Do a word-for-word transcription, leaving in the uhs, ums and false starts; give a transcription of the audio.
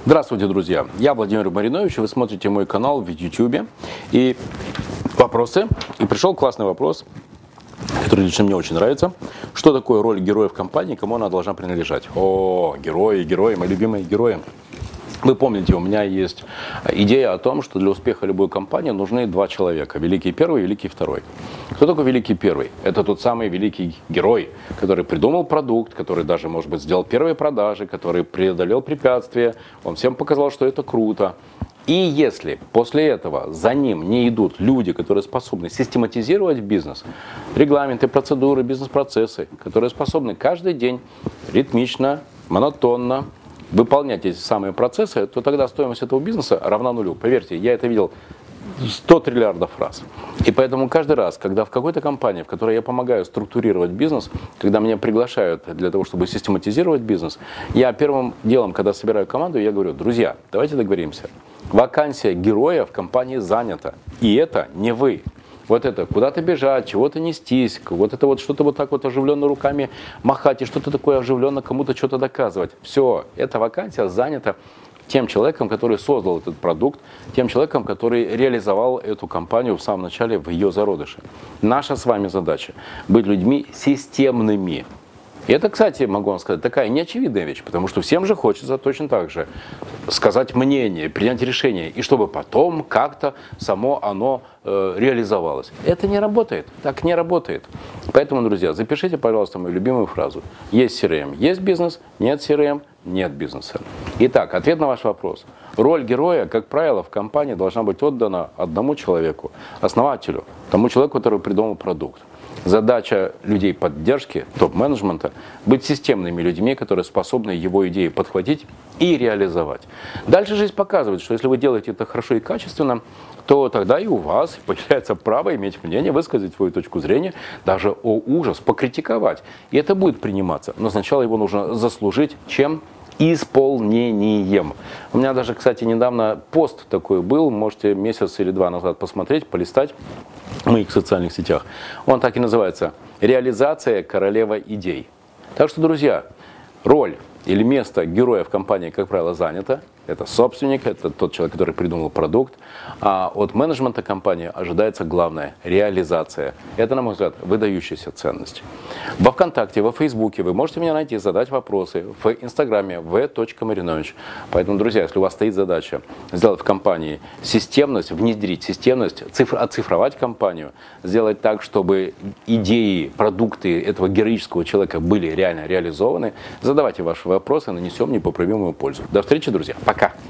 Здравствуйте, друзья! Я Владимир Маринович, и вы смотрите мой канал в YouTube. И вопросы. И пришел классный вопрос, который лично мне очень нравится. Что такое роль героя в компании, кому она должна принадлежать? О, герои, герои, мои любимые герои. Вы помните, у меня есть идея о том, что для успеха любой компании нужны два человека. Великий первый и великий второй. Кто такой великий первый? Это тот самый великий герой, который придумал продукт, который даже, может быть, сделал первые продажи, который преодолел препятствия. Он всем показал, что это круто. И если после этого за ним не идут люди, которые способны систематизировать бизнес, регламенты, процедуры, бизнес-процессы, которые способны каждый день ритмично, монотонно выполнять эти самые процессы, то тогда стоимость этого бизнеса равна нулю. Поверьте, я это видел сто триллиардов раз. И поэтому каждый раз, когда в какой-то компании, в которой я помогаю структурировать бизнес, когда меня приглашают для того, чтобы систематизировать бизнес, я первым делом, когда собираю команду, я говорю: друзья, давайте договоримся. Вакансия героя в компании занята. И это не вы. Вот это куда-то бежать, чего-то нестись, вот это вот что-то вот так вот оживленно руками махать и что-то такое оживленно кому-то что-то доказывать. Все, эта вакансия занята тем человеком, который создал этот продукт, тем человеком, который реализовал эту компанию в самом начале, в ее зародыше. Наша с вами задача быть людьми системными. И это, кстати, могу вам сказать, такая неочевидная вещь, потому что всем же хочется точно так же сказать мнение, принять решение, и чтобы потом как-то само оно э, реализовалось. Это не работает, так не работает. Поэтому, друзья, запишите, пожалуйста, мою любимую фразу. Есть си эр эм, есть бизнес, нет си эр эм, нет бизнеса. Итак, ответ на ваш вопрос. Роль героя, как правило, в компании должна быть отдана одному человеку, основателю, тому человеку, который придумал продукт. Задача людей поддержки, топ-менеджмента, быть системными людьми, которые способны его идеи подхватить и реализовать. Дальше жизнь показывает, что если вы делаете это хорошо и качественно, то тогда и у вас появляется право иметь мнение, высказать свою точку зрения, даже о ужас, покритиковать. И это будет приниматься. Но сначала его нужно заслужить чем? Исполнением. У меня даже, кстати, недавно пост такой был, можете месяц или два назад посмотреть, полистать в моих социальных сетях. Он так и называется: «Реализация королева идей». Так что, друзья, роль или место героя в компании, как правило, занято. Это собственник, это тот человек, который придумал продукт. А от менеджмента компании ожидается главное – реализация. Это, на мой взгляд, выдающаяся ценность. Во ВКонтакте, во Фейсбуке вы можете меня найти, задать вопросы. В Инстаграме в точка маринович. Поэтому, друзья, если у вас стоит задача сделать в компании системность, внедрить системность, цифр, оцифровать компанию, сделать так, чтобы идеи, продукты этого героического человека были реально реализованы, задавайте ваши вопросы, нанесем непоправимую пользу. До встречи, друзья. Пока.